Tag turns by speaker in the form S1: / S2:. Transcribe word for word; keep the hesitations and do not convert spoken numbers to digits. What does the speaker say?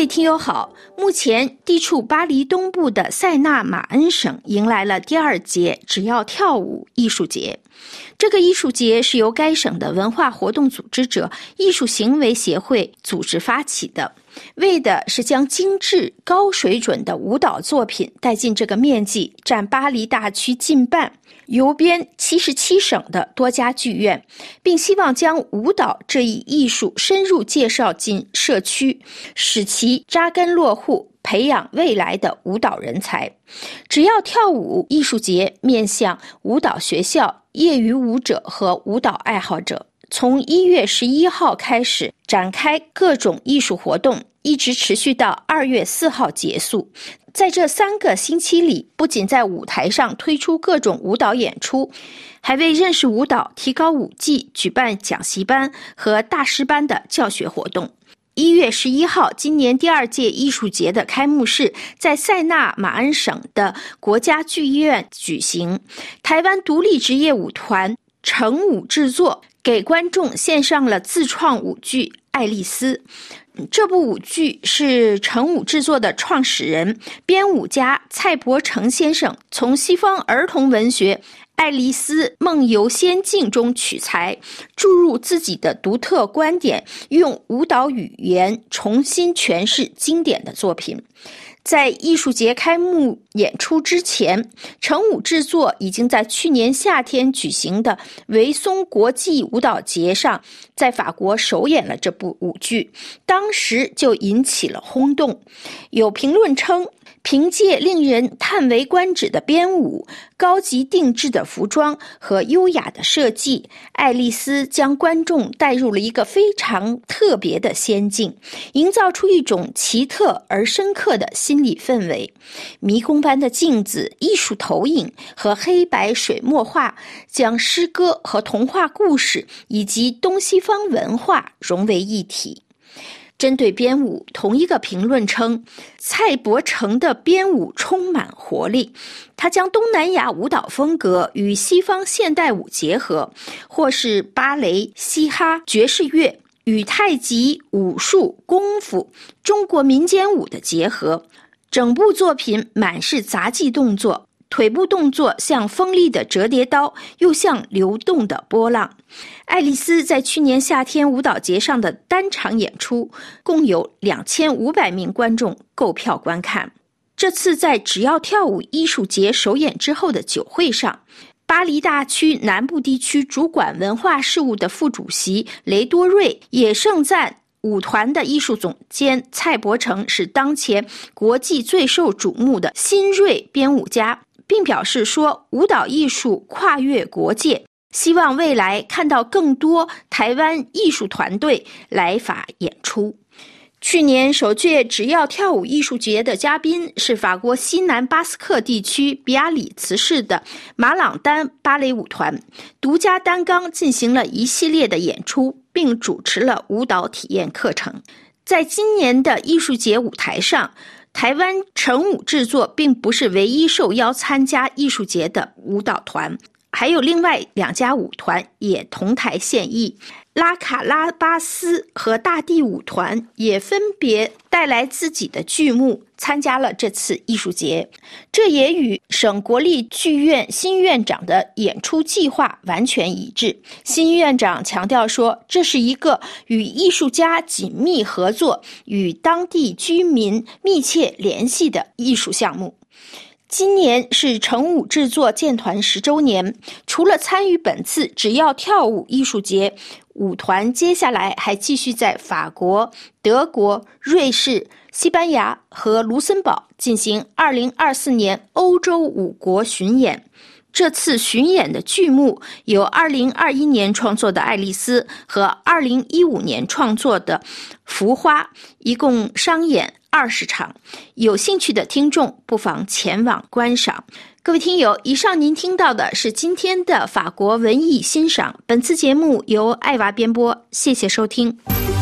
S1: 位听友好，目前地处巴黎东部的塞纳马恩省迎来了第二届只要跳舞艺术节。这个艺术节是由该省的文化活动组织者艺术行为协会组织发起的，为的是将精致高水准的舞蹈作品带进这个面积占巴黎大区近半、游边七十七省的多家剧院，并希望将舞蹈这一艺术深入介绍进社区，使其扎根落户，培养未来的舞蹈人才。只要跳舞艺术节面向舞蹈学校、业余舞者和舞蹈爱好者，从一月十一号开始展开各种艺术活动，一直持续到二月四号结束。在这三个星期里，不仅在舞台上推出各种舞蹈演出，还为认识舞蹈、提高舞技举办讲习班和大师班的教学活动。一月十一号，今年第二届艺术节的开幕式在塞纳马恩省的国家剧院举行。台湾独立职业舞团成舞制作给观众献上了自创舞剧《爱丽丝》。这部舞剧是成舞制作的创始人、编舞家蔡伯成先生从西方儿童文学《爱丽丝梦游仙境》中取材，注入自己的独特观点，用舞蹈语言重新诠释经典的作品。在艺术节开幕演出之前，成舞制作已经在去年夏天举行的维松国际舞蹈节上在法国首演了这部舞剧，当时就引起了轰动。有评论称，凭借令人叹为观止的编舞、高级定制的服装和优雅的设计，爱丽丝将观众带入了一个非常特别的仙境，营造出一种奇特而深刻的心理氛围。迷宫般的镜子、艺术投影和黑白水墨画将诗歌和童话故事以及东西方文化融为一体。针对编舞，同一个评论称，蔡伯成的编舞充满活力，他将东南亚舞蹈风格与西方现代舞结合，或是芭蕾、嘻哈、爵士乐与太极、武术、功夫、中国民间舞的结合。整部作品满是杂技动作，腿部动作像锋利的折叠刀，又像流动的波浪。爱丽丝在去年夏天舞蹈节上的单场演出，共有两千五百名观众购票观看。这次在只要跳舞艺术节首演之后的酒会上，巴黎大区南部地区主管文化事务的副主席雷多瑞也盛赞舞团的艺术总监蔡伯成是当前国际最受瞩目的新锐编舞家，并表示说，舞蹈艺术跨越国界，希望未来看到更多台湾艺术团队来法演出。去年首届只要跳舞艺术节的嘉宾是法国西南巴斯克地区比亚里茨市的马朗丹芭蕾舞团，独家担纲进行了一系列的演出，并主持了舞蹈体验课程。在今年的艺术节舞台上，台湾成舞制作并不是唯一受邀参加艺术节的舞蹈团，还有另外两家舞团也同台献艺。拉卡拉巴斯和大地舞团也分别带来自己的剧目参加了这次艺术节，这也与省国立剧院新院长的演出计划完全一致。新院长强调说，这是一个与艺术家紧密合作、与当地居民密切联系的艺术项目。今年是成舞制作建团十周年，除了参与本次只要跳舞艺术节，舞团接下来还继续在法国、德国、瑞士、西班牙和卢森堡进行二零二四年欧洲五国巡演。这次巡演的剧目有二零二一年创作的《爱丽丝》和二零一五年创作的《浮花》，一共商演二十场，有兴趣的听众不妨前往观赏。各位听友，以上您听到的是今天的法国文艺欣赏，本次节目由艾娃编播，谢谢收听。